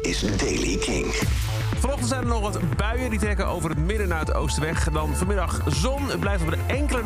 is Daily King. Vanochtend zijn er nog wat buien die trekken over het midden naar het oosten weg. Dan vanmiddag zon. Het blijft op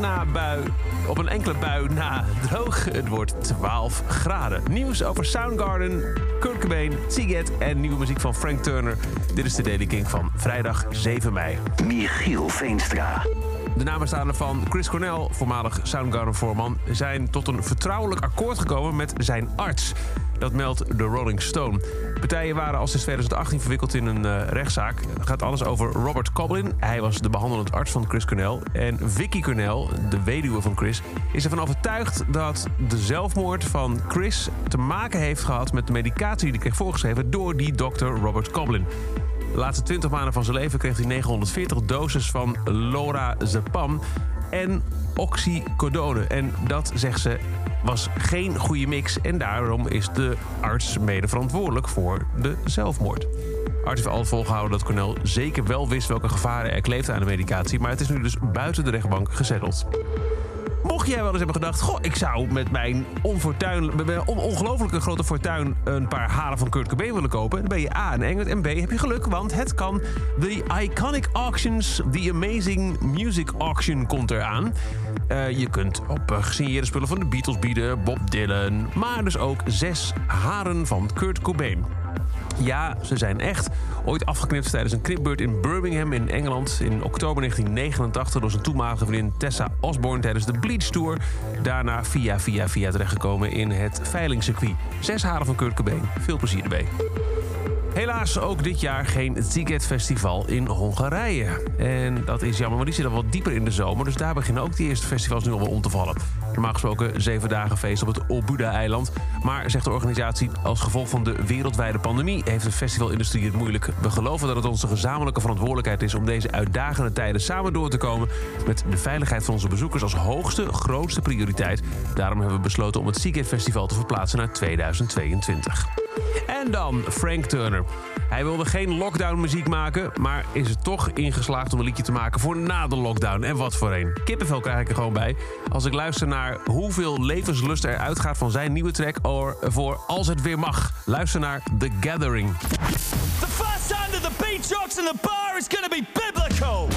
een enkele bui na droog. Het wordt 12 graden. Nieuws over Soundgarden, Kurt Cobain, Seagate en nieuwe muziek van Frank Turner. Dit is de Daily King van vrijdag 7 mei. Michiel Veenstra. De namenstaanden van Chris Cornell, voormalig Soundgarden-voorman, zijn tot een vertrouwelijk akkoord gekomen met zijn arts. Dat meldt de Rolling Stone. Partijen waren al sinds 2018 verwikkeld in een rechtszaak. Het gaat alles over Robert Coblin. Hij was de behandelend arts van Chris Cornell. En Vicky Cornell, de weduwe van Chris, is ervan overtuigd dat de zelfmoord van Chris te maken heeft gehad met de medicatie die hij kreeg voorgeschreven door die dokter Robert Coblin. De laatste 20 maanden van zijn leven kreeg hij 940 doses van lorazepam en oxycodone. En dat, zegt ze, was geen goede mix. En daarom is de arts mede verantwoordelijk voor de zelfmoord. De arts heeft al volgehouden dat Cornell zeker wel wist welke gevaren er kleefden aan de medicatie. Maar het is nu dus buiten de rechtbank gezetteld. Mocht jij wel eens hebben gedacht, goh, ik zou met mijn ongelooflijke grote fortuin een paar haren van Kurt Cobain willen kopen, dan ben je A, een engert, en B, heb je geluk, want het kan. The Iconic Auctions, The Amazing Music Auction komt eraan. Je kunt op gesigneerde spullen van de Beatles bieden, Bob Dylan, maar dus ook 6 haren van Kurt Cobain. Ja, ze zijn echt. Ooit afgeknipt tijdens een knipbeurt in Birmingham in Engeland in oktober 1989 door zijn toenmalige vriendin Tessa Osborne tijdens de Bleach Tour. Daarna via terechtgekomen in het veilingcircuit. 6 haren van Kurt Cobain. Veel plezier erbij. Helaas ook dit jaar geen Sziget Festival in Hongarije. En dat is jammer, maar die zit al wat dieper in de zomer. Dus daar beginnen ook die eerste festivals nu al wel om te vallen. Normaal gesproken 7 dagen feest op het Obuda-eiland. Maar, zegt de organisatie, als gevolg van de wereldwijde pandemie heeft de festivalindustrie het moeilijk. We geloven dat het onze gezamenlijke verantwoordelijkheid is om deze uitdagende tijden samen door te komen met de veiligheid van onze bezoekers als grootste prioriteit. Daarom hebben we besloten om het Sziget Festival te verplaatsen naar 2022. En dan Frank Turner. Hij wilde geen lockdown-muziek maken, maar is er toch ingeslaagd om een liedje te maken voor na de lockdown. En wat voor een. Kippenvel krijg ik er gewoon bij als ik luister naar hoeveel levenslust er uitgaat van zijn nieuwe track voor Als het weer mag. Luister naar The Gathering. The first time that the beat drops in the bar is gonna be biblical.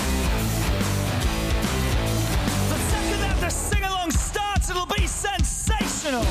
The second that the sing-along starts, it'll be sensational.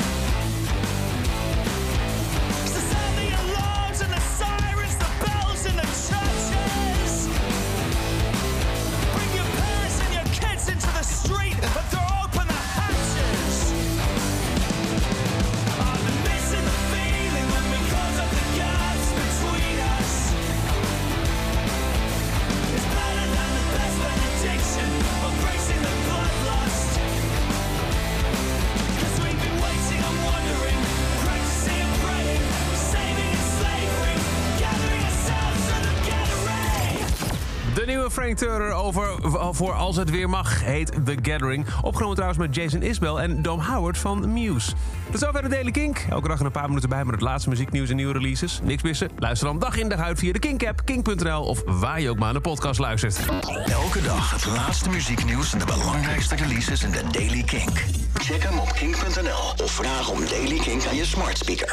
De nieuwe Frank Turner voor Als het weer mag heet The Gathering. Opgenomen trouwens met Jason Isbell en Dom Howard van Muse. Tot zover de Daily Kink. Elke dag een paar minuten bij met het laatste muzieknieuws en nieuwe releases. Niks missen? Luister dan dag in dag uit via de Kink-app, kink.nl of waar je ook maar naar de podcast luistert. Elke dag het laatste muzieknieuws en de belangrijkste releases in de Daily Kink. Check hem op kink.nl of vraag om Daily Kink aan je smart speaker.